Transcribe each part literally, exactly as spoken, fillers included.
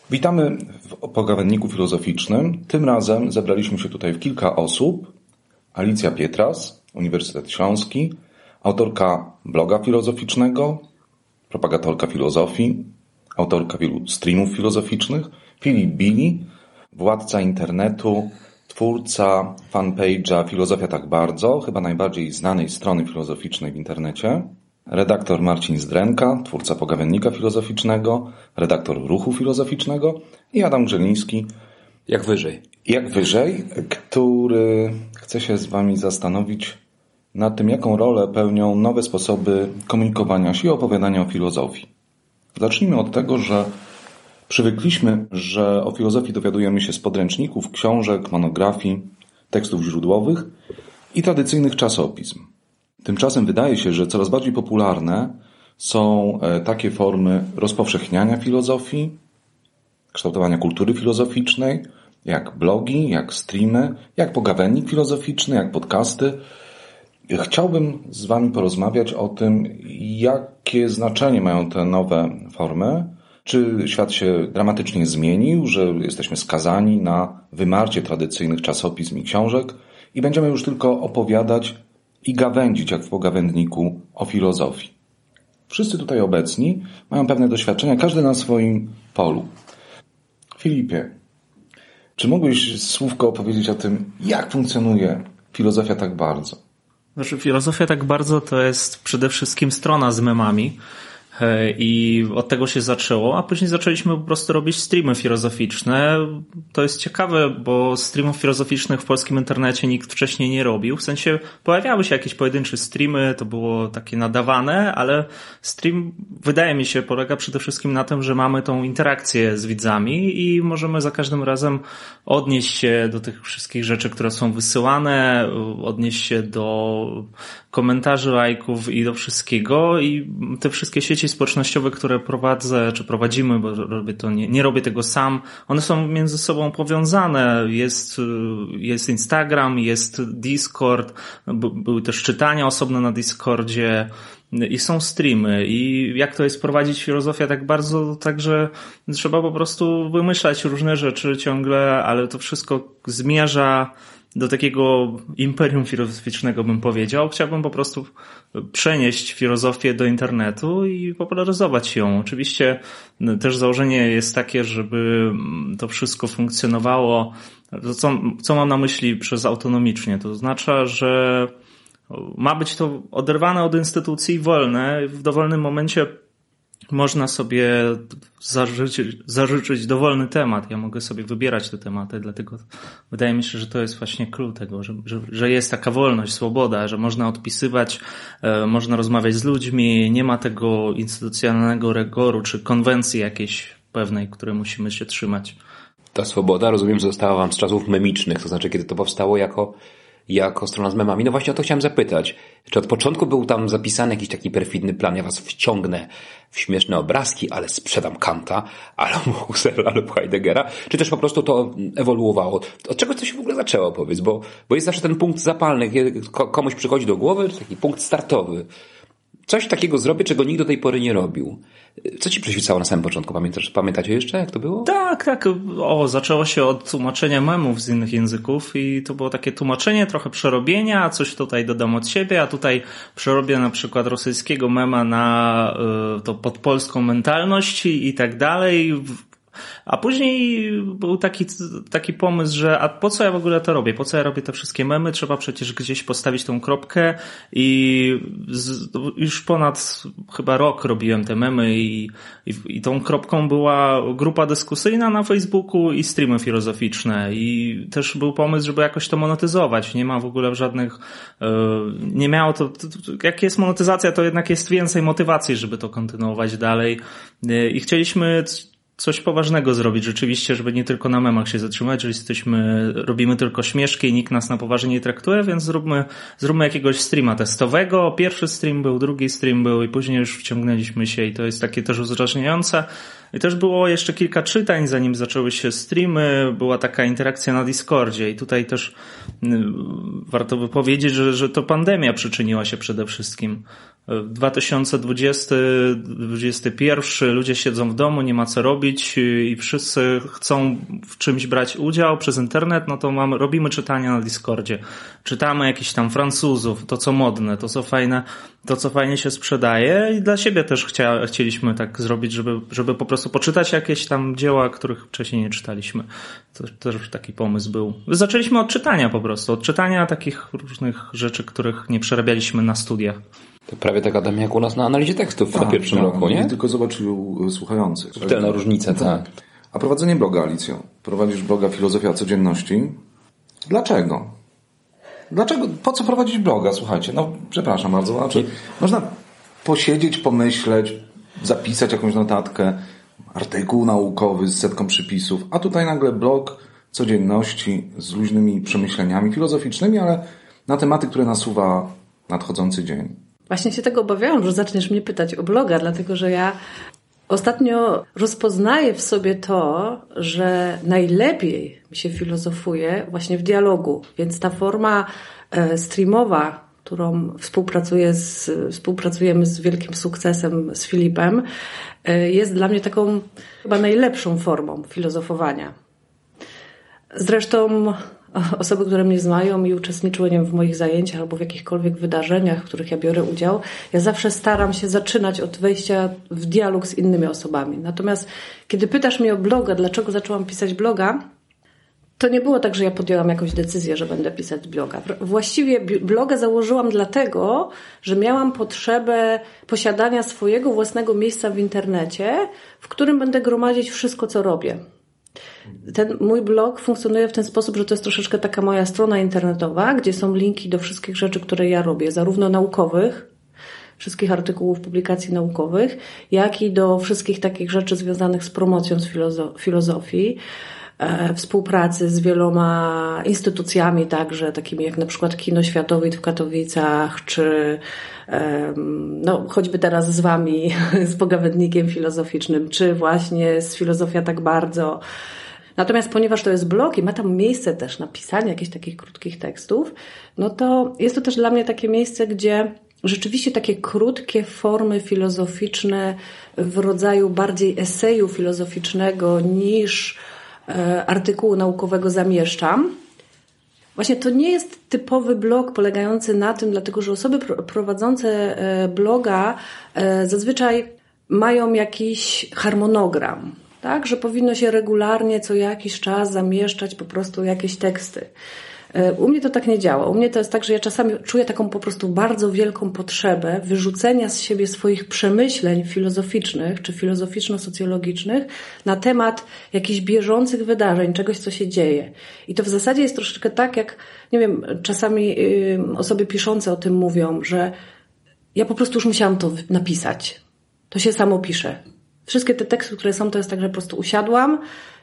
Witamy w pogawędniku filozoficznym. Tym razem zebraliśmy się tutaj w kilka osób. Alicja Pietras, Uniwersytet Śląski, autorka bloga filozoficznego, propagatorka filozofii, autorka wielu streamów filozoficznych, Filip Bili, władca internetu, twórca fanpage'a Filozofia tak bardzo, chyba najbardziej znanej strony filozoficznej w internecie, redaktor Marcin Zdrenka, twórca pogawędnika filozoficznego, redaktor ruchu filozoficznego i Adam Grzeliński, jak wyżej. Jak wyżej, który chce się z Wami zastanowić nad tym, jaką rolę pełnią nowe sposoby komunikowania się i opowiadania o filozofii. Zacznijmy od tego, że przywykliśmy, że o filozofii dowiadujemy się z podręczników, książek, monografii, tekstów źródłowych i tradycyjnych czasopism. Tymczasem wydaje się, że coraz bardziej popularne są takie formy rozpowszechniania filozofii, kształtowania kultury filozoficznej, jak blogi, jak streamy, jak pogawędnik filozoficzny, jak podcasty. Chciałbym z Wami porozmawiać o tym, jakie znaczenie mają te nowe formy, czy świat się dramatycznie zmienił, że jesteśmy skazani na wymarcie tradycyjnych czasopism i książek i będziemy już tylko opowiadać i gawędzić, jak w pogawędniku, o filozofii. Wszyscy tutaj obecni mają pewne doświadczenia, każdy na swoim polu. Filipie, czy mógłbyś słówko opowiedzieć o tym, jak funkcjonuje filozofia tak bardzo? Znaczy, filozofia tak bardzo to jest przede wszystkim strona z memami i od tego się zaczęło, a później zaczęliśmy po prostu robić streamy filozoficzne. To jest ciekawe, bo streamów filozoficznych w polskim internecie nikt wcześniej nie robił. W sensie pojawiały się jakieś pojedyncze streamy, to było takie nadawane, ale stream, wydaje mi się, polega przede wszystkim na tym, że mamy tą interakcję z widzami i możemy za każdym razem odnieść się do tych wszystkich rzeczy, które są wysyłane, odnieść się do komentarzy, lajków i do wszystkiego i te wszystkie sieci społecznościowe, które prowadzę, czy prowadzimy, bo robię to, nie, nie robię tego sam, one są między sobą powiązane. Jest, jest Instagram, jest Discord, były też czytania osobne na Discordzie i są streamy. I jak to jest prowadzić filozofię tak bardzo, także trzeba po prostu wymyślać różne rzeczy ciągle, ale to wszystko zmierza do takiego imperium filozoficznego, bym powiedział. Chciałbym po prostu przenieść filozofię do internetu i popularyzować ją. Oczywiście też założenie jest takie, żeby to wszystko funkcjonowało, co, co mam na myśli przez autonomicznie. To oznacza, że ma być to oderwane od instytucji, wolne. W dowolnym momencie można sobie zażyczyć, zażyczyć dowolny temat. Ja mogę sobie wybierać te tematy, dlatego wydaje mi się, że to jest właśnie clue tego, że, że, że jest taka wolność, swoboda, że można odpisywać, e, można rozmawiać z ludźmi, nie ma tego instytucjonalnego rygoru czy konwencji jakiejś pewnej, której musimy się trzymać. Ta swoboda, rozumiem, została wam z czasów memicznych, to znaczy kiedy to powstało jako jako strona z memami. No właśnie o to chciałem zapytać. Czy od początku był tam zapisany jakiś taki perfidny plan? Ja was wciągnę w śmieszne obrazki, ale sprzedam Kanta, albo Husserla, albo Heideggera. Czy też po prostu to ewoluowało? Od czego to się w ogóle zaczęło, powiedz? Bo, bo jest zawsze ten punkt zapalny, kiedy komuś przychodzi do głowy, taki punkt startowy. Coś takiego zrobię, czego nikt do tej pory nie robił. Co ci przyświecało na samym początku? Pamiętasz, pamiętacie jeszcze, jak to było? Tak, tak. O, zaczęło się od tłumaczenia memów z innych języków i to było takie tłumaczenie, trochę przerobienia, coś tutaj dodam od siebie, a tutaj przerobię na przykład rosyjskiego mema na y, to pod polską mentalność i, i tak dalej. A później był taki, taki pomysł, że a po co ja w ogóle to robię? Po co ja robię te wszystkie memy? Trzeba przecież gdzieś postawić tą kropkę i z, już ponad chyba rok robiłem te memy i, i, i tą kropką była grupa dyskusyjna na Facebooku i streamy filozoficzne i też był pomysł, żeby jakoś to monetyzować. Nie ma w ogóle żadnych, yy, nie miało to, to, to, jak jest monetyzacja, to jednak jest więcej motywacji, żeby to kontynuować dalej yy, i chcieliśmy coś poważnego zrobić rzeczywiście, żeby nie tylko na memach się zatrzymać, że jesteśmy, robimy tylko śmieszki i nikt nas na poważnie nie traktuje, więc zróbmy, zróbmy jakiegoś streama testowego. Pierwszy stream był, drugi stream był i później już wciągnęliśmy się i to jest takie też uzależniające. I też było jeszcze kilka czytań, zanim zaczęły się streamy, była taka interakcja na Discordzie i tutaj też warto by powiedzieć, że, że to pandemia przyczyniła się przede wszystkim. dwa tysiące dwudziesty dwudziesty pierwszy ludzie siedzą w domu, nie ma co robić i wszyscy chcą w czymś brać udział przez internet, no to mamy, robimy czytania na Discordzie. Czytamy jakichś tam Francuzów, to co modne, to co fajne, to co fajnie się sprzedaje i dla siebie też chcia, chcieliśmy tak zrobić, żeby, żeby po prostu poczytać jakieś tam dzieła, których wcześniej nie czytaliśmy. To też taki pomysł był. Zaczęliśmy od czytania po prostu, od czytania takich różnych rzeczy, których nie przerabialiśmy na studiach. To prawie tak, Adam, jak u nas na analizie tekstów tak, na pierwszym tak, roku, nie? Nie tylko zobaczyli słuchających. Subtelna różnica, tak. tak. A prowadzenie bloga, Alicjo. Prowadzisz bloga Filozofia Codzienności. Dlaczego? Dlaczego? Po co prowadzić bloga? Słuchajcie, no przepraszam bardzo. Znaczy, można posiedzieć, pomyśleć, zapisać jakąś notatkę, artykuł naukowy z setką przypisów, a tutaj nagle blog codzienności z luźnymi przemyśleniami filozoficznymi, ale na tematy, które nasuwa nadchodzący dzień. Właśnie się tego obawiałam, że zaczniesz mnie pytać o bloga, dlatego że ja ostatnio rozpoznaję w sobie to, że najlepiej mi się filozofuje właśnie w dialogu, więc ta forma streamowa, którą współpracuję z, współpracujemy z wielkim sukcesem z Filipem, jest dla mnie taką chyba najlepszą formą filozofowania. Zresztą osoby, które mnie znają i uczestniczyły nie wiem, w moich zajęciach albo w jakichkolwiek wydarzeniach, w których ja biorę udział, ja zawsze staram się zaczynać od wejścia w dialog z innymi osobami. Natomiast kiedy pytasz mnie o bloga, dlaczego zaczęłam pisać bloga, to nie było tak, że ja podjęłam jakąś decyzję, że będę pisać bloga. Właściwie bloga założyłam dlatego, że miałam potrzebę posiadania swojego własnego miejsca w internecie, w którym będę gromadzić wszystko, co robię. Ten mój blog funkcjonuje w ten sposób, że to jest troszeczkę taka moja strona internetowa, gdzie są linki do wszystkich rzeczy, które ja robię, zarówno naukowych, wszystkich artykułów, publikacji naukowych, jak i do wszystkich takich rzeczy związanych z promocją z filozo- filozofii, e, współpracy z wieloma instytucjami także, takimi jak na przykład Kino Światowit w Katowicach, czy e, no, choćby teraz z wami, z pogawędnikiem filozoficznym, czy właśnie z Filozofia tak bardzo. Natomiast ponieważ to jest blog i ma tam miejsce też na pisanie jakichś takich krótkich tekstów, no to jest to też dla mnie takie miejsce, gdzie rzeczywiście takie krótkie formy filozoficzne w rodzaju bardziej eseju filozoficznego niż e, artykułu naukowego zamieszczam. Właśnie to nie jest typowy blog polegający na tym, dlatego że osoby prowadzące bloga e, zazwyczaj mają jakiś harmonogram. Tak, że powinno się regularnie co jakiś czas zamieszczać po prostu jakieś teksty. U mnie to tak nie działa. U mnie to jest tak, że ja czasami czuję taką po prostu bardzo wielką potrzebę wyrzucenia z siebie swoich przemyśleń filozoficznych czy filozoficzno-socjologicznych na temat jakichś bieżących wydarzeń, czegoś, co się dzieje. I to w zasadzie jest troszeczkę tak, jak, nie wiem, czasami osoby piszące o tym mówią, że ja po prostu już musiałam to napisać. To się samo pisze. Wszystkie te teksty, które są, to jest tak, że po prostu usiadłam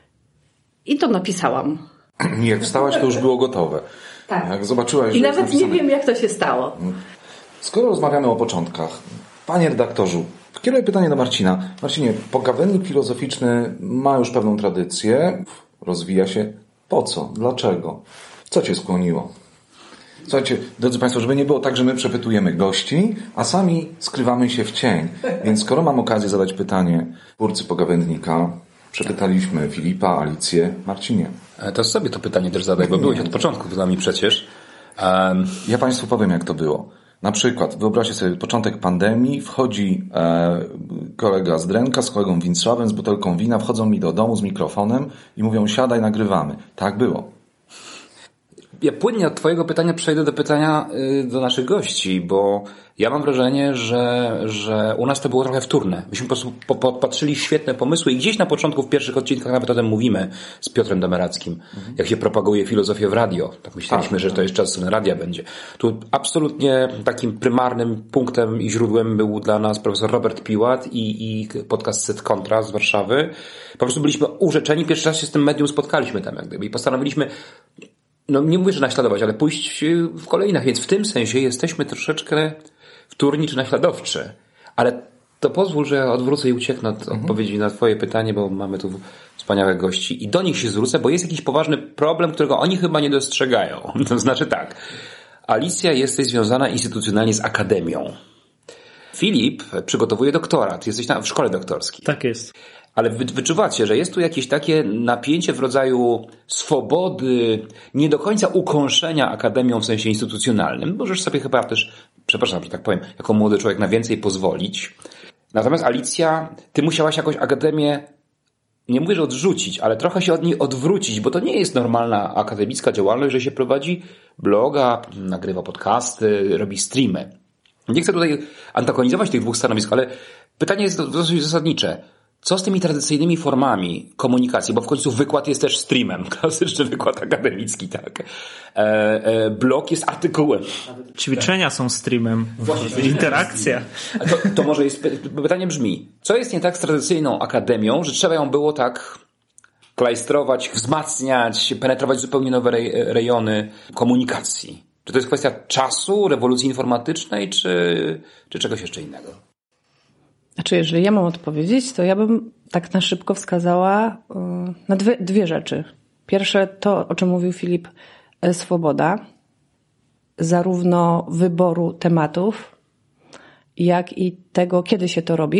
i to napisałam. Jak wstałaś, to już było gotowe. Tak. Jak zobaczyłaś, I że nawet napisane... nie wiem, jak to się stało. Skoro rozmawiamy o początkach, panie redaktorzu, kieruję pytanie do Marcina. Marcinie, pogawędnik filozoficzny ma już pewną tradycję, rozwija się. Po co? Dlaczego? Co cię skłoniło? Słuchajcie, drodzy Państwo, żeby nie było tak, że my przepytujemy gości, a sami skrywamy się w cień. Więc skoro mam okazję zadać pytanie twórcy pogawędnika, przepytaliśmy Filipa, Alicję, Marcinie. To sobie to pytanie też zadaj, bo byłeś od początku z nami przecież. Um... Ja Państwu powiem, jak to było. Na przykład, wyobraźcie sobie, początek pandemii, wchodzi e, kolega z Drenka z kolegą Winszawem, z butelką wina, wchodzą mi do domu z mikrofonem i mówią, siadaj, nagrywamy. Tak było. Ja płynnie od twojego pytania przejdę do pytania do naszych gości, bo ja mam wrażenie, że, że u nas to było trochę wtórne. Myśmy po prostu podpatrzyli świetne pomysły i gdzieś na początku, w pierwszych odcinkach nawet o tym mówimy z Piotrem Demerackim, mhm. jak się propaguje filozofię w radio. Tak myśleliśmy, tak, że to jest czas, co na radia będzie. Tu absolutnie takim prymarnym punktem i źródłem był dla nas profesor Robert Piłat i, i podcast Set Kontra z Warszawy. Po prostu byliśmy urzeczeni, pierwszy raz się z tym medium spotkaliśmy tam jak gdyby i postanowiliśmy, no nie mówię, że naśladować, ale pójść w kolejnach, więc w tym sensie jesteśmy troszeczkę wtórni czy naśladowczy. Ale To pozwól, że odwrócę i ucieknę od mhm. odpowiedzi na twoje pytanie, bo mamy tu wspaniałych gości i do nich się zwrócę, bo jest jakiś poważny problem, którego oni chyba nie dostrzegają. To znaczy tak, Alicja jesteś związana instytucjonalnie z akademią. Filip przygotowuje doktorat, jesteś na, w szkole doktorskiej. Tak jest. Ale wy, wyczuwacie, że jest tu jakieś takie napięcie w rodzaju swobody, nie do końca ukąszenia akademią w sensie instytucjonalnym. Możesz sobie chyba też, przepraszam, że tak powiem, jako młody człowiek na więcej pozwolić. Natomiast Alicja, ty musiałaś jakoś akademię, nie mówię, że odrzucić, ale trochę się od niej odwrócić, bo to nie jest normalna akademicka działalność, że się prowadzi bloga, nagrywa podcasty, robi streamy. Nie chcę tutaj antagonizować tych dwóch stanowisk, ale pytanie jest dosyć zasadnicze. Co z tymi tradycyjnymi formami komunikacji? Bo w końcu wykład jest też streamem. Klasyczny wykład akademicki, tak. E, e, blog jest artykułem. Ćwiczenia są streamem. Właśnie, interakcja. To, to może jest, pytanie brzmi, co jest nie tak z tradycyjną akademią, że trzeba ją było tak klajstrować, wzmacniać, penetrować zupełnie nowe rej, rejony komunikacji? Czy to jest kwestia czasu, rewolucji informatycznej, czy, czy czegoś jeszcze innego? Znaczy, jeżeli ja mam odpowiedzieć, to ja bym tak na szybko wskazała na dwie, dwie rzeczy. Pierwsze to, o czym mówił Filip, swoboda, zarówno wyboru tematów, jak i tego, kiedy się to robi.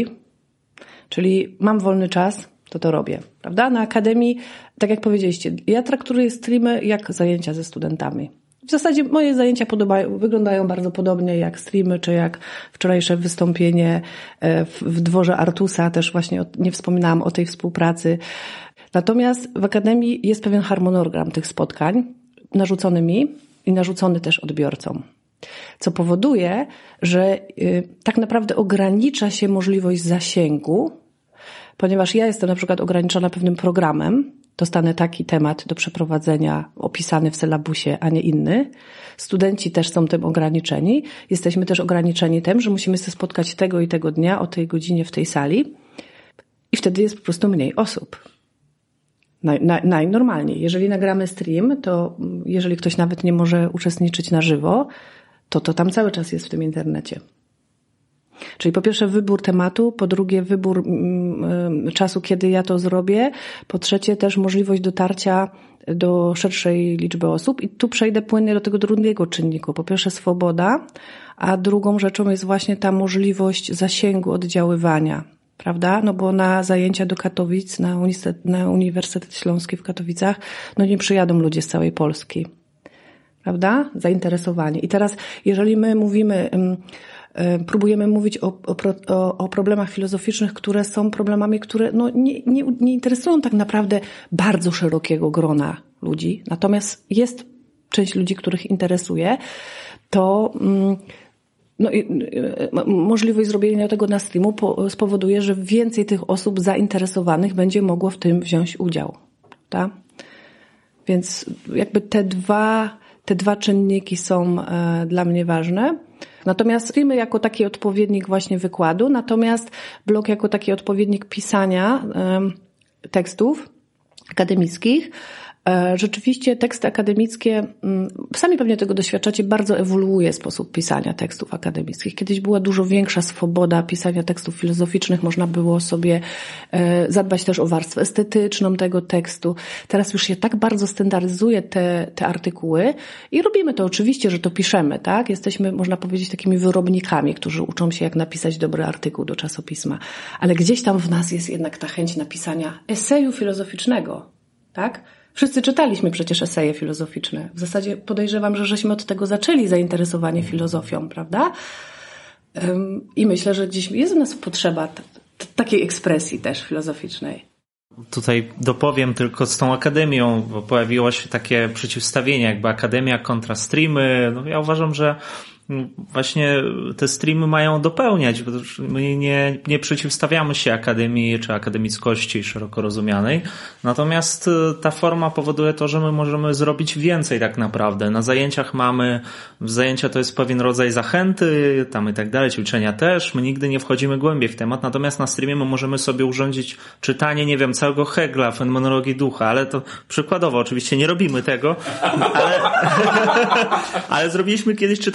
Czyli mam wolny czas, to to robię. Prawda? Na akademii, tak jak powiedzieliście, ja traktuję streamy jak zajęcia ze studentami. W zasadzie moje zajęcia podobają, wyglądają bardzo podobnie jak streamy, czy jak wczorajsze wystąpienie w, w dworze Artusa, też właśnie nie wspominałam o tej współpracy. Natomiast w Akademii jest pewien harmonogram tych spotkań, narzucony mi i narzucony też odbiorcom. Co powoduje, że y, tak naprawdę ogranicza się możliwość zasięgu, ponieważ ja jestem na przykład ograniczona pewnym programem, dostanę taki temat do przeprowadzenia opisany w sylabusie, a nie inny. Studenci też są tym ograniczeni. Jesteśmy też ograniczeni tym, że musimy się spotkać tego i tego dnia o tej godzinie w tej sali i wtedy jest po prostu mniej osób. Naj, naj, najnormalniej. Jeżeli nagramy stream, to jeżeli ktoś nawet nie może uczestniczyć na żywo, to to tam cały czas jest w tym internecie. Czyli po pierwsze wybór tematu, po drugie wybór mm, czasu, kiedy ja to zrobię, po trzecie też możliwość dotarcia do szerszej liczby osób i tu przejdę płynnie do tego drugiego czynniku. Po pierwsze swoboda, a drugą rzeczą jest właśnie ta możliwość zasięgu oddziaływania, prawda? No bo na zajęcia do Katowic, na Uniwersytet, na Uniwersytet Śląski w Katowicach, no nie przyjadą ludzie z całej Polski, prawda? Zainteresowani. I teraz, jeżeli my mówimy... próbujemy mówić o, o, o problemach filozoficznych, które są problemami, które no nie, nie, nie interesują tak naprawdę bardzo szerokiego grona ludzi. Natomiast jest część ludzi, których interesuje, to no, możliwość zrobienia tego na streamu spowoduje, że więcej tych osób zainteresowanych będzie mogło w tym wziąć udział. Tak? Więc jakby te dwa, te dwa czynniki są e, dla mnie ważne. Natomiast streamy jako taki odpowiednik właśnie wykładu, natomiast blog jako taki odpowiednik pisania y, tekstów akademickich. E, rzeczywiście teksty akademickie, y, sami pewnie tego doświadczacie, bardzo ewoluuje sposób pisania tekstów akademickich. Kiedyś była dużo większa swoboda pisania tekstów filozoficznych, można było sobie y, zadbać też o warstwę estetyczną tego tekstu. Teraz już się tak bardzo standaryzuje te, te artykuły i robimy to oczywiście, że to piszemy, tak? Jesteśmy, można powiedzieć, takimi wyrobnikami, którzy uczą się, jak napisać dobry artykuł do czasopisma. Ale gdzieś tam w nas jest jednak ta chęć napisania eseju filozoficznego, tak? Wszyscy czytaliśmy przecież eseje filozoficzne. W zasadzie podejrzewam, że żeśmy od tego zaczęli zainteresowanie filozofią, prawda? I myślę, że gdzieś jest w nas potrzeba t- t- takiej ekspresji też filozoficznej. Tutaj dopowiem tylko z tą akademią, bo pojawiło się takie przeciwstawienie, jakby akademia kontra streamy. No ja uważam, że właśnie te streamy mają dopełniać, bo my nie, nie przeciwstawiamy się akademii czy akademickości szeroko rozumianej, natomiast ta forma powoduje to, że my możemy zrobić więcej tak naprawdę. Na zajęciach mamy, zajęcia to jest pewien rodzaj zachęty, tam i tak dalej, ćwiczenia też, my nigdy nie wchodzimy głębiej w temat, natomiast na streamie my możemy sobie urządzić czytanie, nie wiem, całego Hegla, fenomenologii ducha, ale to przykładowo, oczywiście nie robimy tego, ale, ale zrobiliśmy kiedyś czytanie Bycia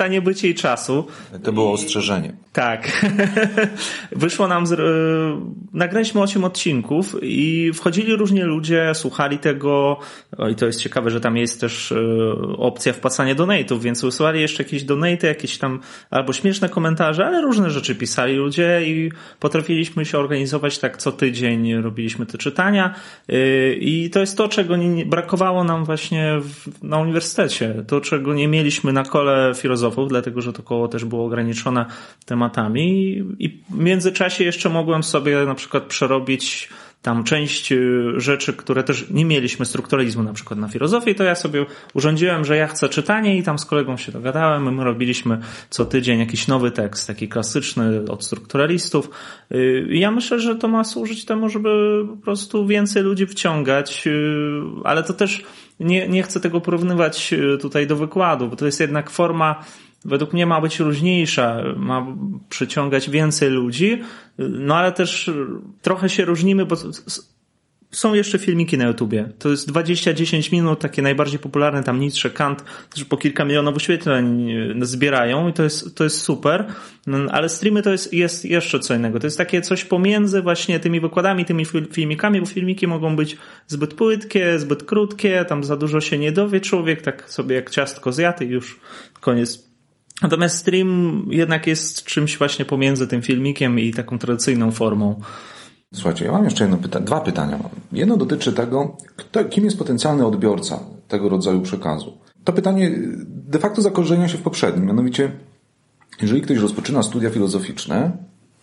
najszybciej czasu. To było ostrzeżenie. Tak. Wyszło nam, z, nagraliśmy osiem odcinków i wchodzili różni ludzie, słuchali tego, o, i to jest ciekawe, że tam jest też opcja wpłacania donate'ów, więc wysyłali jeszcze jakieś donate'y, jakieś tam albo śmieszne komentarze, ale różne rzeczy pisali ludzie i potrafiliśmy się organizować tak co tydzień, robiliśmy te czytania i to jest to, czego nie, brakowało nam właśnie w, na uniwersytecie, to czego nie mieliśmy na kole filozofów, dlatego że to koło też było ograniczone tematami i w międzyczasie jeszcze mogłem sobie na przykład przerobić tam część rzeczy, które też nie mieliśmy strukturalizmu na przykład na filozofii, to ja sobie urządziłem, że ja chcę czytanie i tam z kolegą się dogadałem, my robiliśmy co tydzień jakiś nowy tekst, taki klasyczny od strukturalistów i ja myślę, że to ma służyć temu, żeby po prostu więcej ludzi wciągać, ale to też nie, nie chcę tego porównywać tutaj do wykładu, bo to jest jednak forma, według mnie ma być różniejsza, ma przyciągać więcej ludzi, no ale też trochę się różnimy, bo są jeszcze filmiki na YouTubie. To jest dwadzieścia dziesięć minut, takie najbardziej popularne, tam Nietzsche, Kant, też po kilka milionów wyświetleń zbierają i to jest, to jest super, ale streamy to jest, jest jeszcze co innego. To jest takie coś pomiędzy właśnie tymi wykładami, tymi filmikami, bo filmiki mogą być zbyt płytkie, zbyt krótkie, tam za dużo się nie dowie człowiek, tak sobie jak ciastko zjadł i już koniec. Natomiast stream jednak jest czymś właśnie pomiędzy tym filmikiem i taką tradycyjną formą. Słuchajcie, ja mam jeszcze jedno pytanie, dwa pytania mam. Jedno dotyczy tego, kto, kim jest potencjalny odbiorca tego rodzaju przekazu. To pytanie de facto zakorzenia się w poprzednim. Mianowicie, jeżeli ktoś rozpoczyna studia filozoficzne,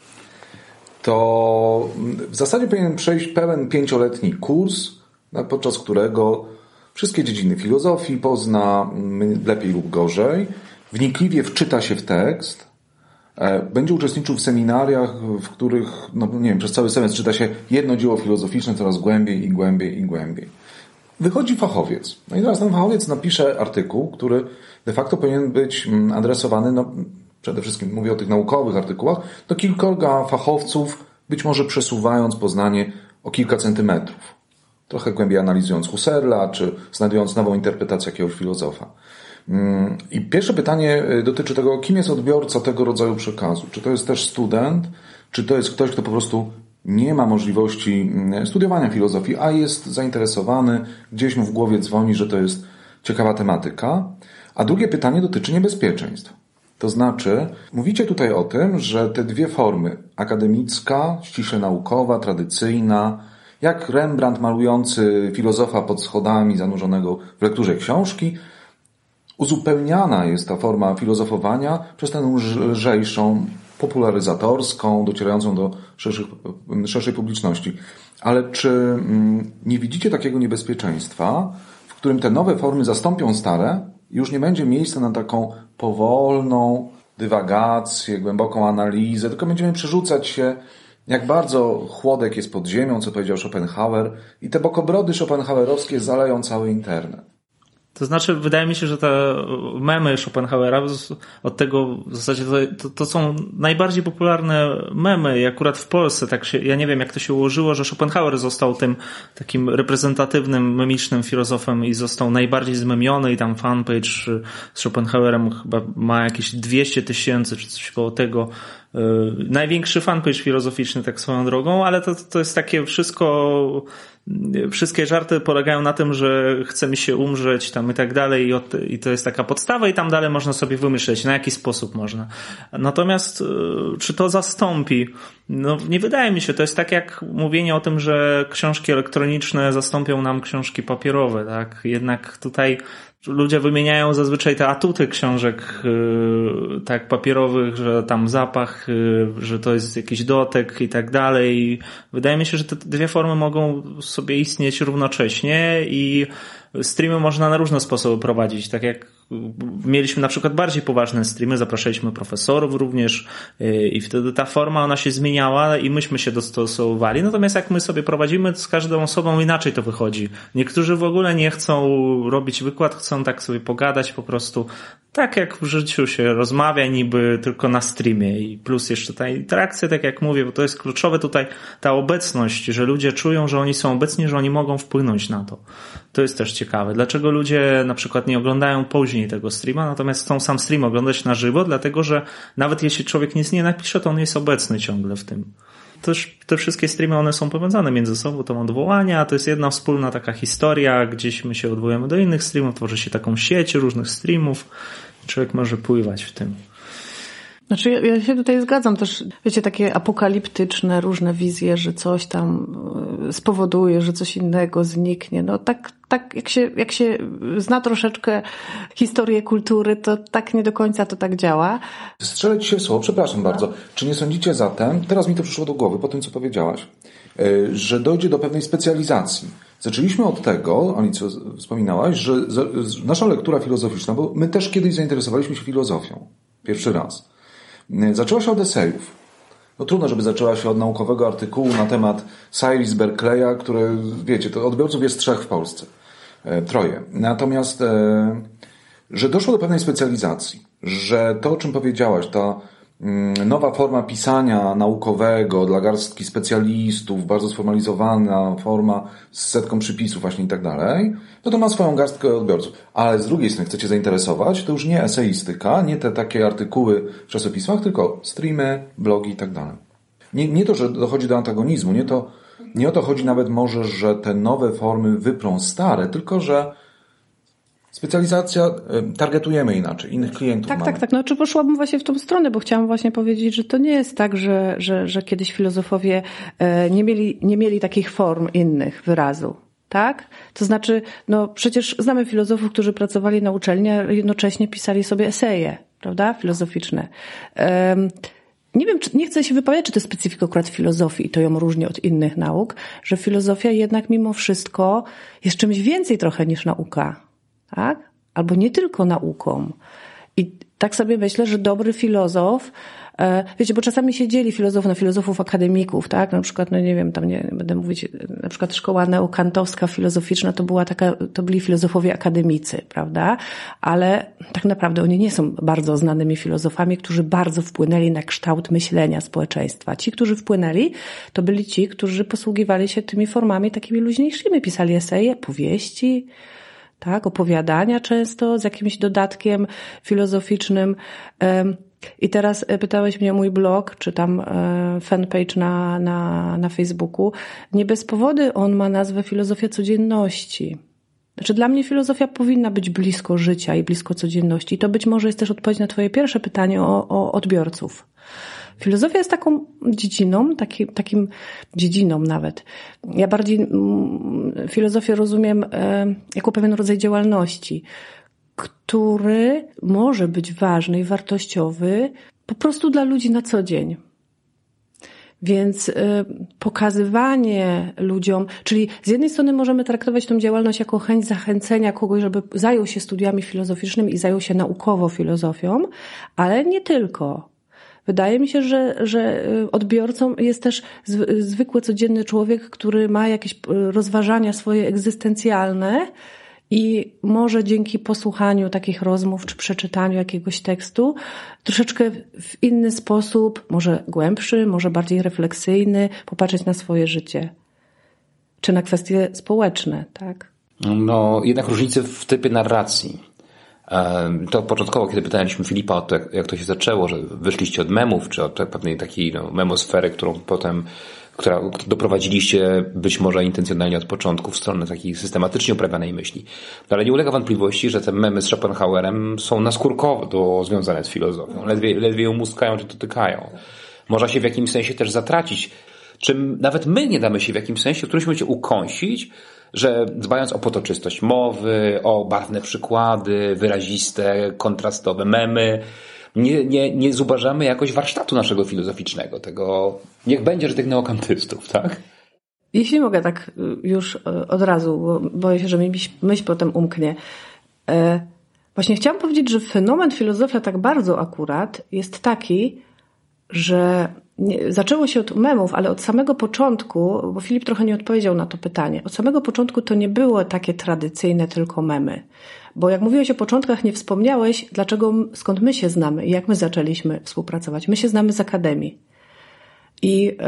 to w zasadzie powinien przejść pełen pięcioletni kurs, podczas którego wszystkie dziedziny filozofii pozna lepiej lub gorzej, wnikliwie wczyta się w tekst, będzie uczestniczył w seminariach, w których, no nie wiem, przez cały semestr czyta się jedno dzieło filozoficzne coraz głębiej i głębiej i głębiej. Wychodzi fachowiec. No i teraz ten fachowiec napisze artykuł, który de facto powinien być adresowany, no przede wszystkim mówię o tych naukowych artykułach, do kilkorga fachowców, być może przesuwając poznanie o kilka centymetrów. Trochę głębiej analizując Husserla, czy znajdując nową interpretację jakiegoś filozofa. I pierwsze pytanie dotyczy tego, kim jest odbiorca tego rodzaju przekazu. Czy to jest też student, czy to jest ktoś, kto po prostu nie ma możliwości studiowania filozofii, a jest zainteresowany, gdzieś mu w głowie dzwoni, że to jest ciekawa tematyka. A drugie pytanie dotyczy niebezpieczeństw. To znaczy, mówicie tutaj o tym, że te dwie formy, akademicka, ściśle naukowa, tradycyjna, jak Rembrandt malujący filozofa pod schodami zanurzonego w lekturze książki, uzupełniana jest ta forma filozofowania przez tę lżejszą, popularyzatorską, docierającą do szerszych, szerszej publiczności. Ale czy nie widzicie takiego niebezpieczeństwa, w którym te nowe formy zastąpią stare i już nie będzie miejsca na taką powolną dywagację, głęboką analizę, tylko będziemy przerzucać się, jak bardzo chłodek jest pod ziemią, co powiedział Schopenhauer, i te bokobrody schopenhauerowskie zaleją cały internet. To znaczy, wydaje mi się, że te memy Schopenhauera, od tego w zasadzie to, to są najbardziej popularne memy i akurat w Polsce, tak się, ja nie wiem jak to się ułożyło, że Schopenhauer został tym takim reprezentatywnym, memicznym filozofem i został najbardziej zmemiony i tam fanpage z Schopenhauerem chyba ma jakieś dwieście tysięcy czy coś koło tego. Największy fanpage filozoficzny tak swoją drogą, ale to, to jest takie wszystko, wszystkie żarty polegają na tym, że chcemy się umrzeć tam i tak dalej i, od, i to jest taka podstawa i tam dalej można sobie wymyśleć, na jaki sposób można. Natomiast czy to zastąpi? No nie wydaje mi się, to jest tak jak mówienie o tym, że książki elektroniczne zastąpią nam książki papierowe, tak? Jednak tutaj ludzie wymieniają zazwyczaj te atuty książek yy, tak papierowych, że tam zapach, yy, że to jest jakiś dotyk i tak dalej. Wydaje mi się, że te dwie formy mogą sobie istnieć równocześnie i streamy można na różne sposoby prowadzić. Tak jak mieliśmy na przykład bardziej poważne streamy, zapraszaliśmy profesorów również yy, i wtedy ta forma ona się zmieniała i myśmy się dostosowywali. Natomiast jak my sobie prowadzimy, z każdą osobą inaczej to wychodzi. Niektórzy w ogóle nie chcą robić wykład, chcą chcą tak sobie pogadać po prostu, tak jak w życiu się rozmawia niby tylko na streamie i plus jeszcze ta interakcja, tak jak mówię, bo to jest kluczowe tutaj, ta obecność, że ludzie czują, że oni są obecni, że oni mogą wpłynąć na to. To jest też ciekawe. Dlaczego ludzie na przykład nie oglądają później tego streama, natomiast chcą sam stream oglądać na żywo, dlatego że nawet jeśli człowiek nic nie napisze, to on jest obecny ciągle w tym. Też te wszystkie streamy, one są powiązane między sobą, to odwołania, to jest jedna wspólna taka historia, gdzieś my się odwołujemy do innych streamów, tworzy się taką sieć różnych streamów, człowiek może pływać w tym. Znaczy ja, ja się tutaj zgadzam też, wiecie, takie apokaliptyczne różne wizje, że coś tam spowoduje, że coś innego zniknie. No tak, tak jak się, jak się zna troszeczkę historię kultury, to tak nie do końca to tak działa. Strzelę ci się w słowo, przepraszam no. bardzo. Czy nie sądzicie zatem, teraz mi to przyszło do głowy po tym, co powiedziałaś, że dojdzie do pewnej specjalizacji? Zaczęliśmy od tego, Ani, co wspominałaś, że nasza lektura filozoficzna, bo my też kiedyś zainteresowaliśmy się filozofią. Pierwszy raz. Zaczęła się od esejów. No trudno, żeby zaczęła się od naukowego artykułu na temat Cyrus Berkeleya, które, wiecie, to odbiorców jest trzech w Polsce. E, troje. Natomiast, e, że doszło do pewnej specjalizacji, że to, o czym powiedziałaś, ta mm, nowa forma pisania naukowego dla garstki specjalistów, bardzo sformalizowana forma z setką przypisów właśnie i tak dalej, no to ma swoją garstkę odbiorców. Ale z drugiej strony chcecie zainteresować, to już nie eseistyka, nie te takie artykuły w czasopismach, tylko streamy, blogi i tak dalej. Nie, nie to, że dochodzi do antagonizmu, nie to, nie o to chodzi nawet może, że te nowe formy wyprą stare, tylko że specjalizacja, targetujemy inaczej, innych klientów Tak, mamy. tak, tak. No, czy poszłabym właśnie w tą stronę, bo chciałam właśnie powiedzieć, że to nie jest tak, że, że, że kiedyś filozofowie nie mieli, nie mieli takich form innych wyrazu. Tak? To znaczy, no przecież znamy filozofów, którzy pracowali na uczelni, a jednocześnie pisali sobie eseje, prawda? Filozoficzne. Um, nie wiem, czy, nie chcę się wypowiadać, czy to jest specyfika akurat filozofii i to ją różni od innych nauk, że filozofia jednak mimo wszystko jest czymś więcej trochę niż nauka. Tak? Albo nie tylko nauką. I tak sobie myślę, że dobry filozof, wiecie, bo czasami się dzieli filozofów na filozofów akademików, tak? Na przykład, no nie wiem, tam nie będę mówić, na przykład szkoła neokantowska, filozoficzna, to była taka, to byli filozofowie akademicy, prawda? Ale tak naprawdę oni nie są bardzo znanymi filozofami, którzy bardzo wpłynęli na kształt myślenia społeczeństwa. Ci, którzy wpłynęli, to byli ci, którzy posługiwali się tymi formami takimi luźniejszymi, pisali eseje, powieści, tak, opowiadania często z jakimś dodatkiem filozoficznym. I teraz pytałeś mnie o mój blog, czy tam fanpage na, na, na Facebooku. Nie bez powodu on ma nazwę Filozofia Codzienności. Znaczy dla mnie filozofia powinna być blisko życia i blisko codzienności. I to być może jest też odpowiedź na twoje pierwsze pytanie o, o odbiorców. Filozofia jest taką dziedziną, taki, takim dziedziną nawet. Ja bardziej mm, filozofię rozumiem e, jako pewien rodzaj działalności, który może być ważny i wartościowy po prostu dla ludzi na co dzień. Więc y, pokazywanie ludziom, czyli z jednej strony możemy traktować tę działalność jako chęć zachęcenia kogoś, żeby zajął się studiami filozoficznymi i zajął się naukowo filozofią, ale nie tylko. Wydaje mi się, że, że odbiorcą jest też zwykły, codzienny człowiek, który ma jakieś rozważania swoje egzystencjalne i może dzięki posłuchaniu takich rozmów czy przeczytaniu jakiegoś tekstu troszeczkę w inny sposób, może głębszy, może bardziej refleksyjny, popatrzeć na swoje życie. Czy na kwestie społeczne, tak? No, jednak różnice w typie narracji. To początkowo, kiedy pytaliśmy Filipa o to, jak, jak to się zaczęło, że wyszliście od memów, czy od pewnej takiej no, memosfery, którą potem, która doprowadziliście być może intencjonalnie od początku w stronę takiej systematycznie uprawianej myśli. No, ale nie ulega wątpliwości, że te memy z Schopenhauerem są naskórkowo do, związane z filozofią. Ledwie, ledwie ją muskają czy dotykają. Można się w jakimś sensie też zatracić, czym nawet my nie damy się w jakimś sensie, w którymś momencie ukąsić, że dbając o potoczystość mowy, o barwne przykłady, wyraziste, kontrastowe memy, nie, nie, nie zubażamy jakoś warsztatu naszego filozoficznego, tego, niech będzie, że tych neokantystów, tak? Jeśli mogę tak już od razu, bo boję się, że mi myśl potem umknie. Właśnie chciałam powiedzieć, że fenomen filozofia tak bardzo akurat jest taki, że nie, zaczęło się od memów, ale od samego początku, bo Filip trochę nie odpowiedział na to pytanie, od samego początku to nie było takie tradycyjne tylko memy. Bo jak mówiłeś o początkach, nie wspomniałeś, dlaczego, skąd my się znamy i jak my zaczęliśmy współpracować. My się znamy z Akademii. I yy,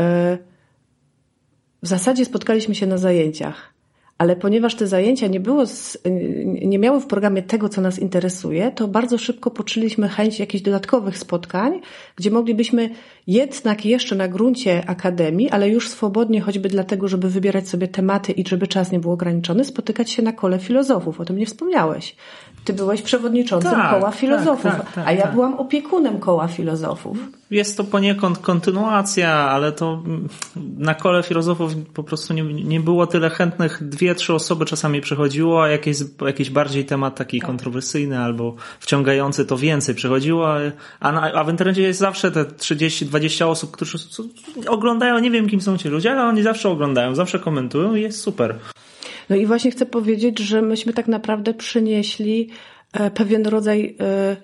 w zasadzie spotkaliśmy się na zajęciach. Ale ponieważ te zajęcia nie było, z, nie miały w programie tego, co nas interesuje, to bardzo szybko poczuliśmy chęć jakichś dodatkowych spotkań, gdzie moglibyśmy jednak jeszcze na gruncie Akademii, ale już swobodnie, choćby dlatego, żeby wybierać sobie tematy i żeby czas nie był ograniczony, spotykać się na kole filozofów. O tym nie wspomniałeś. Ty byłeś przewodniczącym tak, koła filozofów, tak, tak, tak, a ja tak. byłam opiekunem koła filozofów. Jest to poniekąd kontynuacja, ale to na kole filozofów po prostu nie, nie było tyle chętnych. Dwie, trzy osoby czasami przychodziło, a jakiś, jakiś bardziej temat taki tak. kontrowersyjny albo wciągający to więcej przychodziło, a, na, a w internecie jest zawsze te trzydzieści dwadzieścia osób, którzy oglądają, nie wiem kim są ci ludzie, ale oni zawsze oglądają, zawsze komentują i jest super. No i właśnie chcę powiedzieć, że myśmy tak naprawdę przynieśli pewien rodzaj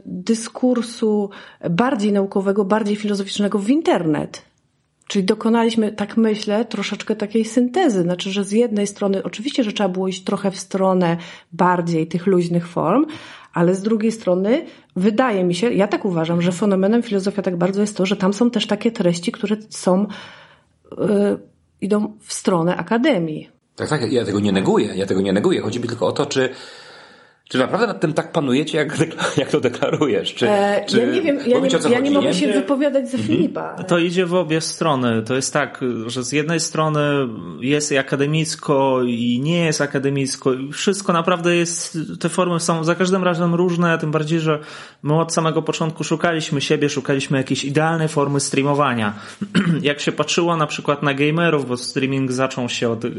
dyskursu bardziej naukowego, bardziej filozoficznego w internet. Czyli dokonaliśmy, tak myślę, troszeczkę takiej syntezy. Znaczy, że z jednej strony oczywiście, że trzeba było iść trochę w stronę bardziej tych luźnych form, ale z drugiej strony wydaje mi się, ja tak uważam, że fenomenem filozofia tak bardzo jest to, że tam są też takie treści, które są, yy, idą w stronę akademii. Tak, tak, ja tego nie neguję, ja tego nie neguję. Chodzi mi tylko o to, czy, czy naprawdę nad tym tak panujecie, jak, jak to deklarujesz? Czy, e, czy ja nie wiem, ja nie, ja nie mogę się wypowiadać za Filipa. To idzie w obie strony. To jest tak, że z jednej strony jest i akademicko i nie jest akademicko. Wszystko naprawdę jest, te formy są za każdym razem różne, tym bardziej, że my od samego początku szukaliśmy siebie, szukaliśmy jakiejś idealnej formy streamowania. Jak się patrzyło na przykład na gamerów, bo streaming zaczął się od e,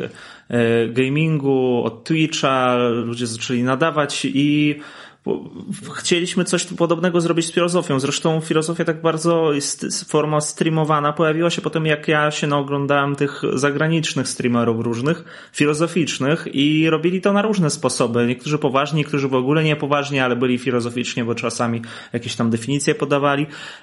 gamingu, od Twitcha, ludzie zaczęli nadawać i chcieliśmy coś podobnego zrobić z filozofią. Zresztą filozofia tak bardzo jest forma streamowana. Pojawiła się potem, jak ja się naoglądałem tych zagranicznych streamerów różnych, filozoficznych i robili to na różne sposoby. Niektórzy poważni, niektórzy w ogóle nie poważni, ale byli filozoficznie, bo czasami jakieś tam definicje podawali.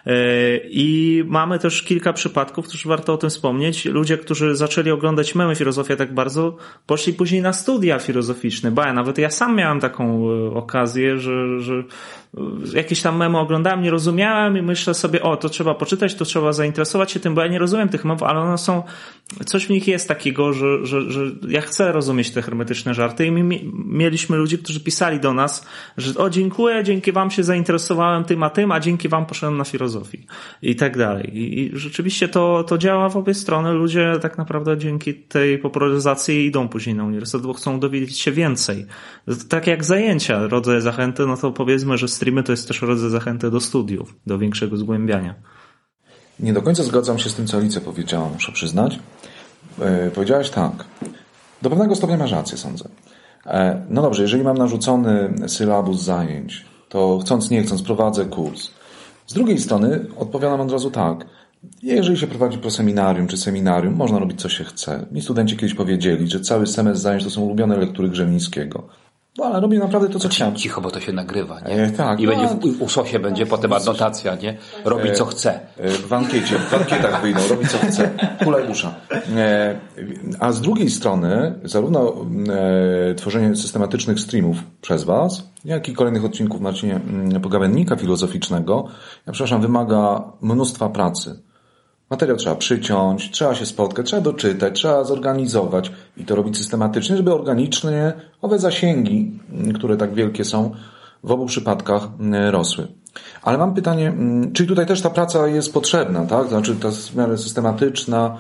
I mamy też kilka przypadków, też warto o tym wspomnieć. Ludzie, którzy zaczęli oglądać memy filozofia tak bardzo, poszli później na studia filozoficzne. Ba, nawet ja sam miałem taką okazję, że Że, że jakieś tam memy oglądałem, nie rozumiałem i myślę sobie, o, to trzeba poczytać, to trzeba zainteresować się tym, bo ja nie rozumiem tych memów, ale one są, coś w nich jest takiego, że, że, że ja chcę rozumieć te hermetyczne żarty i mi, mieliśmy ludzi, którzy pisali do nas, że o, dziękuję, dzięki wam się zainteresowałem tym a tym, a dzięki wam poszedłem na filozofię i tak dalej. I, i rzeczywiście to, to działa w obie strony. Ludzie tak naprawdę dzięki tej popularyzacji idą później na uniwersytet, bo chcą dowiedzieć się więcej. Tak jak zajęcia, rodzaj zachęty, no to powiedzmy, że streamy to jest też rodzaj zachęty do studiów, do większego zgłębiania. Nie do końca zgadzam się z tym, co Alicja powiedziała, muszę przyznać. E, powiedziałaś tak. Do pewnego stopnia masz rację, sądzę. E, no dobrze, jeżeli mam narzucony sylabus zajęć, to chcąc nie chcąc prowadzę kurs. Z drugiej strony odpowiadam od razu tak. Jeżeli się prowadzi proseminarium czy seminarium, można robić co się chce. Mi studenci kiedyś powiedzieli, że cały semestr zajęć to są ulubione lektury Grzemińskiego. No, ale robię naprawdę to, co chciałem. Cicho, bo to się nagrywa, nie? E, tak. I no, będzie w, u szosie będzie potem adnotacja, nie? Robi co chce. E, w ankiecie, w ankietach wyjdą, robi co chce. Kula i usza. E, a z drugiej strony, zarówno e, tworzenie systematycznych streamów przez was, jak i kolejnych odcinków Marcinie Pogawędnika Filozoficznego, ja przepraszam, wymaga mnóstwa pracy. Materiał trzeba przyciąć, trzeba się spotkać, trzeba doczytać, trzeba zorganizować i to robić systematycznie, żeby organicznie owe zasięgi, które tak wielkie są, w obu przypadkach rosły. Ale mam pytanie, czyli tutaj też ta praca jest potrzebna, tak? Znaczy ta w miarę systematyczna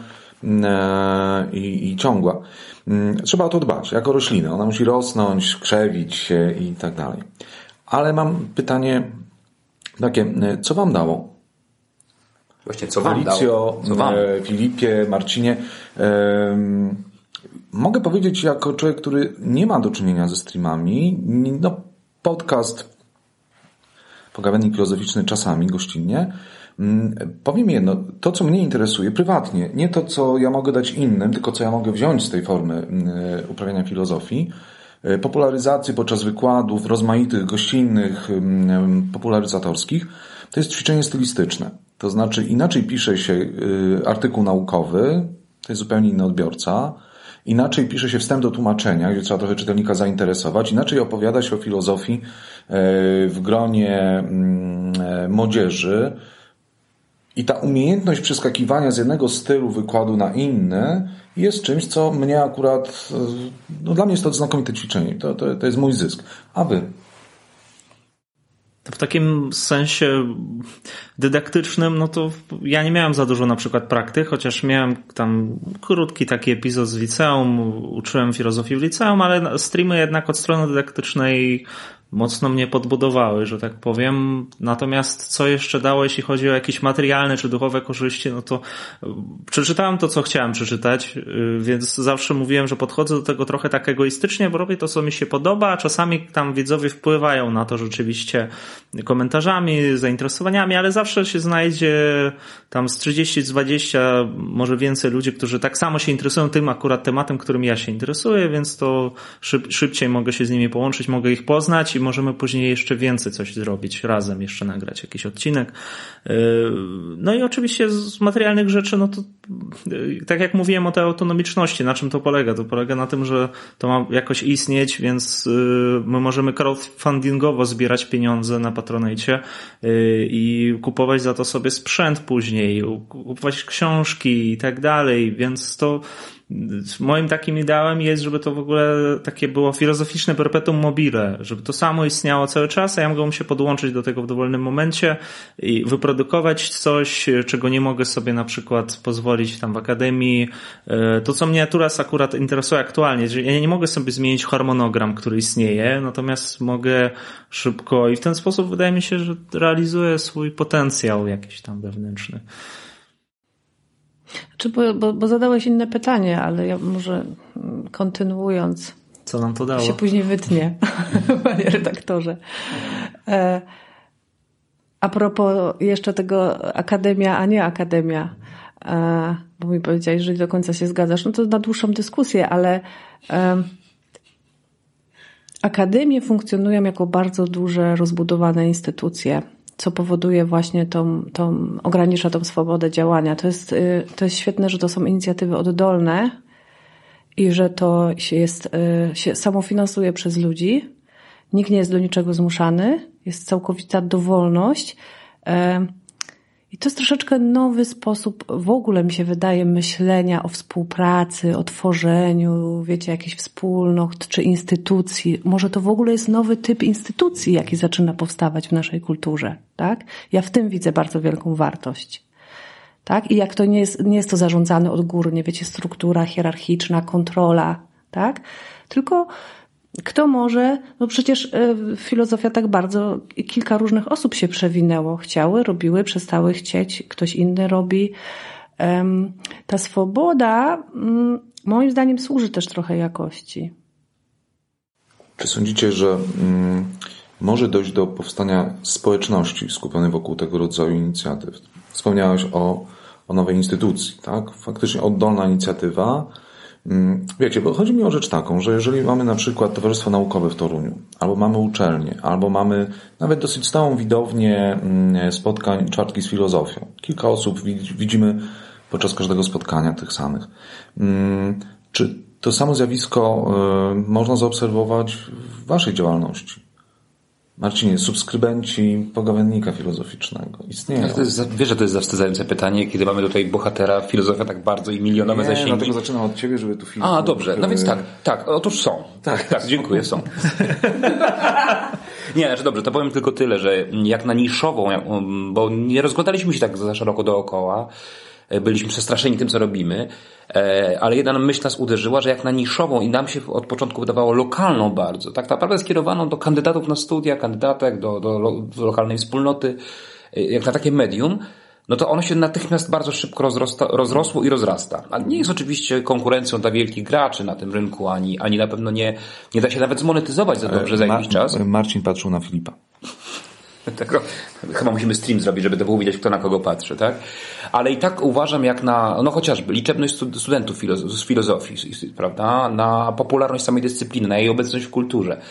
i, i ciągła. Trzeba o to dbać, jako roślina. Ona musi rosnąć, krzewić się i tak dalej. Ale mam pytanie takie, co wam dało? Właśnie, co wam Alicjo, dało? Co wam? Filipie, Marcinie. E, mogę powiedzieć jako człowiek, który nie ma do czynienia ze streamami, no podcast Pogawędnik Filozoficzny czasami, gościnnie. Powiem jedno, to co mnie interesuje prywatnie, nie to co ja mogę dać innym, tylko co ja mogę wziąć z tej formy uprawiania filozofii, popularyzacji podczas wykładów, rozmaitych gościnnych, popularyzatorskich, to jest ćwiczenie stylistyczne. To znaczy inaczej pisze się artykuł naukowy, to jest zupełnie inny odbiorca, inaczej pisze się wstęp do tłumaczenia, gdzie trzeba trochę czytelnika zainteresować, inaczej opowiada się o filozofii w gronie młodzieży i ta umiejętność przeskakiwania z jednego stylu wykładu na inny jest czymś, co mnie akurat, no dla mnie jest to znakomite ćwiczenie, to, to, to jest mój zysk. A wy? W takim sensie dydaktycznym, no to ja nie miałem za dużo na przykład praktyk, chociaż miałem tam krótki taki epizod z liceum, uczyłem filozofii w liceum, ale streamy jednak od strony dydaktycznej mocno mnie podbudowały, że tak powiem. Natomiast co jeszcze dało, jeśli chodzi o jakieś materialne czy duchowe korzyści, no to przeczytałem to, co chciałem przeczytać, więc zawsze mówiłem, że podchodzę do tego trochę tak egoistycznie, bo robię to, co mi się podoba, a czasami tam widzowie wpływają na to rzeczywiście komentarzami, zainteresowaniami, ale zawsze się znajdzie tam z trzydzieści, z dwadzieścia, może więcej ludzi, którzy tak samo się interesują tym akurat tematem, którym ja się interesuję, więc to szyb, szybciej mogę się z nimi połączyć, mogę ich poznać i możemy później jeszcze więcej coś zrobić, razem jeszcze nagrać jakiś odcinek. No i oczywiście z materialnych rzeczy, no to tak jak mówiłem o tej autonomiczności, na czym to polega? To polega na tym, że to ma jakoś istnieć, więc my możemy crowdfundingowo zbierać pieniądze na Patronite i kupować za to sobie sprzęt później, kupować książki i tak dalej, więc to moim takim ideałem jest, żeby to w ogóle takie było filozoficzne perpetuum mobile, żeby to samo istniało cały czas, a ja mogłem się podłączyć do tego w dowolnym momencie i wyprodukować coś, czego nie mogę sobie na przykład pozwolić tam w akademii. To, co mnie teraz akurat interesuje aktualnie, że ja nie mogę sobie zmienić harmonogram, który istnieje, natomiast mogę szybko i w ten sposób wydaje mi się, że realizuję swój potencjał jakiś tam wewnętrzny. Czy bo, bo, bo zadałeś inne pytanie, ale ja może kontynuując. Co nam to dało? Się później wytnie, panie redaktorze. E, a propos jeszcze tego akademia, a nie akademia, e, bo mi powiedziałeś, że do końca się zgadzasz, no to na dłuższą dyskusję, ale e, akademie funkcjonują jako bardzo duże, rozbudowane instytucje, co powoduje właśnie tą, tą, ogranicza tą swobodę działania. To jest, to jest świetne, że to są inicjatywy oddolne i że to się jest, się samofinansuje przez ludzi. Nikt nie jest do niczego zmuszany. Jest całkowita dowolność. I to jest troszeczkę nowy sposób, w ogóle mi się wydaje, myślenia o współpracy, o tworzeniu, wiecie, jakichś wspólnot czy instytucji. Może to w ogóle jest nowy typ instytucji, jaki zaczyna powstawać w naszej kulturze, tak? Ja w tym widzę bardzo wielką wartość, tak? I jak to nie jest, nie jest to zarządzane odgórnie, wiecie, struktura hierarchiczna, kontrola, tak? Tylko kto może, no przecież filozofia tak bardzo, kilka różnych osób się przewinęło. Chciały, robiły, przestały chcieć, ktoś inny robi. Ta swoboda moim zdaniem służy też trochę jakości. Czy sądzicie, że mm, może dojść do powstania społeczności skupionej wokół tego rodzaju inicjatyw? Wspomniałeś o, o nowej instytucji, tak? Faktycznie oddolna inicjatywa. Wiecie, bo chodzi mi o rzecz taką, że jeżeli mamy na przykład Towarzystwo Naukowe w Toruniu, albo mamy uczelnię, albo mamy nawet dosyć stałą widownię spotkań Czwartki z filozofią. Kilka osób widzimy podczas każdego spotkania tych samych. Czy to samo zjawisko można zaobserwować w waszej działalności? Marcinie, subskrybenci pogawędnika filozoficznego istnieją. To jest, wiesz, że to jest zawstydzające pytanie, kiedy mamy tutaj bohatera filozofia tak bardzo i milionowe nie, zasięgi. Dlatego zaczynam od ciebie, żeby tu film... A, dobrze, no więc tak, tak, otóż są. Tak, tak, dziękuję, są. Nie, znaczy dobrze, to powiem tylko tyle, że jak na niszową, bo nie rozglądaliśmy się tak za szeroko dookoła, byliśmy przestraszeni tym, co robimy, ale jedna myśl nas uderzyła, że jak na niszową i nam się od początku wydawało lokalną bardzo, tak naprawdę skierowaną do kandydatów na studia, kandydatek, do, do, do lokalnej wspólnoty, jak na takie medium, no to ono się natychmiast bardzo szybko rozrosta, rozrosło i rozrasta. A nie jest oczywiście konkurencją dla wielkich graczy na tym rynku, ani, ani na pewno nie, nie da się nawet zmonetyzować za dobrze za jakiś czas. Marcin patrzył na Filipa. Tak, chyba musimy stream zrobić, żeby to było widać, kto na kogo patrzy, tak? Ale i tak uważam, jak na, no chociażby liczebność studentów filoz- z filozofii, prawda? Na popularność samej dyscypliny, na jej obecność w kulturze.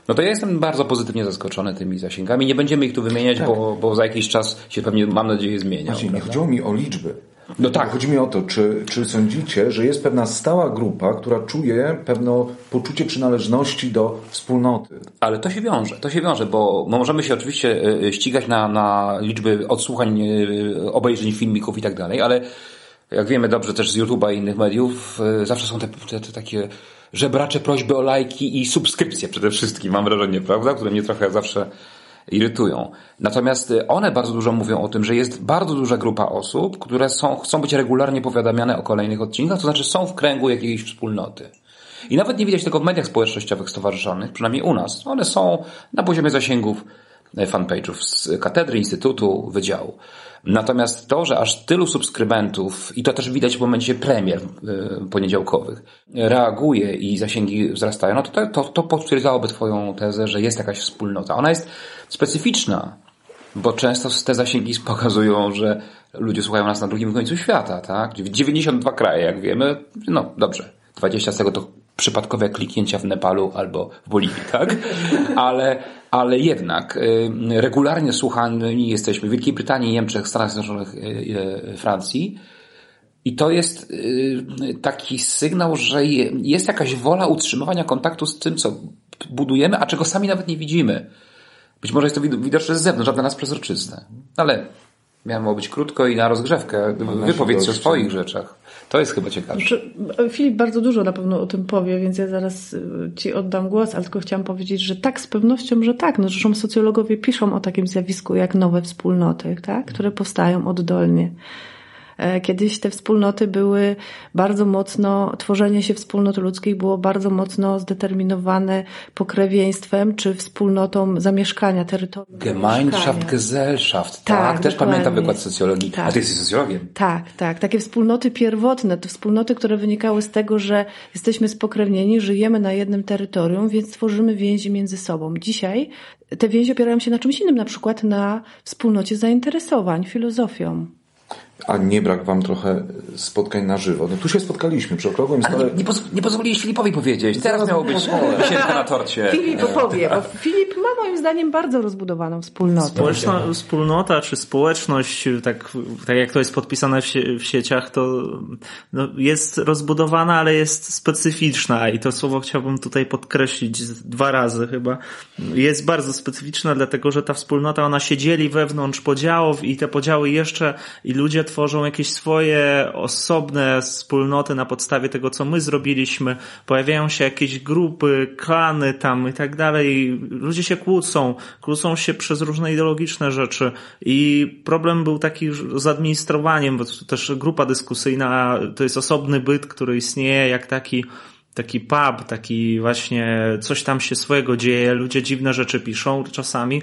No to ja jestem bardzo pozytywnie zaskoczony tymi zasięgami. Nie będziemy ich tu wymieniać, tak. bo, bo za jakiś czas się pewnie, mam nadzieję, zmienia. Właśnie, nie chodziło mi o liczby. No tak. Chodzi mi o to, czy, czy sądzicie, że jest pewna stała grupa, która czuje pewne poczucie przynależności do wspólnoty? Ale to się wiąże, to się wiąże, bo możemy się oczywiście ścigać na, na liczby odsłuchań, obejrzeń filmików i tak dalej, ale jak wiemy dobrze też z YouTube'a i innych mediów, zawsze są te, te, te takie żebracze prośby o lajki i subskrypcje przede wszystkim, mam wrażenie, prawda? Które mnie trochę zawsze irytują. Natomiast one bardzo dużo mówią o tym, że jest bardzo duża grupa osób, które są, chcą być regularnie powiadamiane o kolejnych odcinkach, to znaczy są w kręgu jakiejś wspólnoty. I nawet nie widać tego w mediach społecznościowych stowarzyszonych, przynajmniej u nas. One są na poziomie zasięgów fanpage'ów z katedry, instytutu, wydziału. Natomiast to, że aż tylu subskrybentów, i to też widać w momencie premier poniedziałkowych, reaguje i zasięgi wzrastają, no to, to, to potwierdzałoby twoją tezę, że jest jakaś wspólnota. Ona jest specyficzna, bo często te zasięgi pokazują, że ludzie słuchają nas na drugim końcu świata, tak? dziewięćdziesiąt dwa kraje, jak wiemy, no dobrze, dwadzieścia z tego to przypadkowe kliknięcia w Nepalu albo w Boliwii, tak? Ale, ale jednak y, regularnie słuchani jesteśmy w Wielkiej Brytanii, Niemczech, Stanach Zjednoczonych, y, y, Francji. I to jest y, taki sygnał, że je, jest jakaś wola utrzymywania kontaktu z tym, co budujemy, a czego sami nawet nie widzimy. Być może jest to widoczne z zewnątrz, a dla nas przezroczyste. Ale miało być krótko i na rozgrzewkę. Wypowiedz o swoich rzeczach. To jest chyba ciekawe. Filip bardzo dużo na pewno o tym powie, więc ja zaraz ci oddam głos, ale tylko chciałam powiedzieć, że tak, z pewnością, że tak. No, zresztą socjologowie piszą o takim zjawisku jak nowe wspólnoty, tak? Które powstają oddolnie. Kiedyś te wspólnoty były bardzo mocno, tworzenie się wspólnot ludzkich było bardzo mocno zdeterminowane pokrewieństwem czy wspólnotą zamieszkania, terytorium. Gemeinschaft, Gesellschaft, tak, tak też dokładnie. Pamiętam wykład socjologii. Tak. A ty jesteś socjologiem. Tak, tak. Takie wspólnoty pierwotne, to wspólnoty, które wynikały z tego, że jesteśmy spokrewnieni, żyjemy na jednym terytorium, więc tworzymy więzi między sobą. Dzisiaj te więzi opierają się na czymś innym, na przykład na wspólnocie zainteresowań, filozofią. A nie brak wam trochę spotkań na żywo? No tu się spotkaliśmy przy okrągłym stole. Nie, nie, poz, nie pozwoliłeś Filipowi powiedzieć. Teraz miało być wisienka na torcie. Filip opowie, bo Filip ma moim zdaniem bardzo rozbudowaną wspólnotę. Społeczna, wspólnota czy społeczność, tak, tak jak to jest podpisane w, sie, w sieciach, to no, jest rozbudowana, ale jest specyficzna i to słowo chciałbym tutaj podkreślić dwa razy chyba. Jest bardzo specyficzna, dlatego że ta wspólnota, ona się dzieli wewnątrz podziałów i te podziały jeszcze i ludzie tworzą jakieś swoje osobne wspólnoty na podstawie tego, co my zrobiliśmy. Pojawiają się jakieś grupy, klany tam i tak dalej. Ludzie się kłócą. Kłócą się przez różne ideologiczne rzeczy. I problem był taki z administrowaniem, bo to też grupa dyskusyjna to jest osobny byt, który istnieje jak taki taki pub, taki właśnie coś tam się swojego dzieje, ludzie dziwne rzeczy piszą czasami.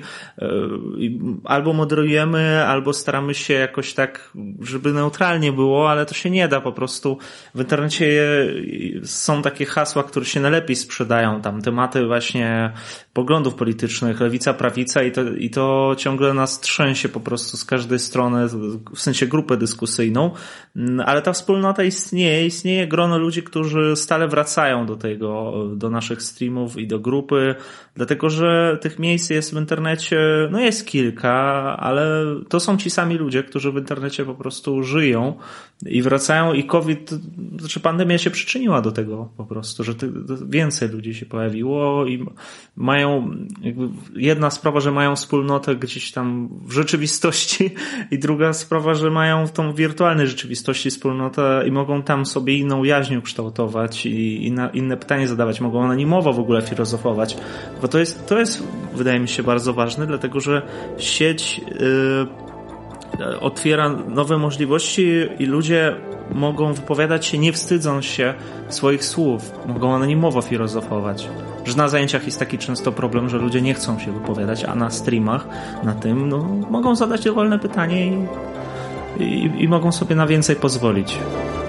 Albo moderujemy, albo staramy się jakoś tak, żeby neutralnie było, ale to się nie da po prostu. W internecie są takie hasła, które się najlepiej sprzedają, tam tematy właśnie poglądów politycznych, lewica, prawica i to, i to ciągle nas trzęsie po prostu z każdej strony, w sensie grupę dyskusyjną, ale ta wspólnota istnieje, istnieje grono ludzi, którzy stale wracają do tego, do naszych streamów i do grupy, dlatego, że tych miejsc jest w internecie, no jest kilka, ale to są ci sami ludzie, którzy w internecie po prostu żyją i wracają i COVID, znaczy pandemia się przyczyniła do tego po prostu, że więcej ludzi się pojawiło i mają jakby jedna sprawa, że mają wspólnotę gdzieś tam w rzeczywistości i druga sprawa, że mają w tą wirtualnej rzeczywistości wspólnotę i mogą tam sobie inną jaźń kształtować i inna, inne pytanie zadawać, mogą anonimowo w ogóle filozofować, bo to jest, to jest wydaje mi się bardzo ważne, dlatego że sieć yy, otwiera nowe możliwości i ludzie mogą wypowiadać się, nie wstydzą się swoich słów, mogą anonimowo filozofować. Że na zajęciach jest taki często problem, że ludzie nie chcą się wypowiadać, a na streamach, na tym, no, mogą zadać dowolne pytanie i, i, i mogą sobie na więcej pozwolić.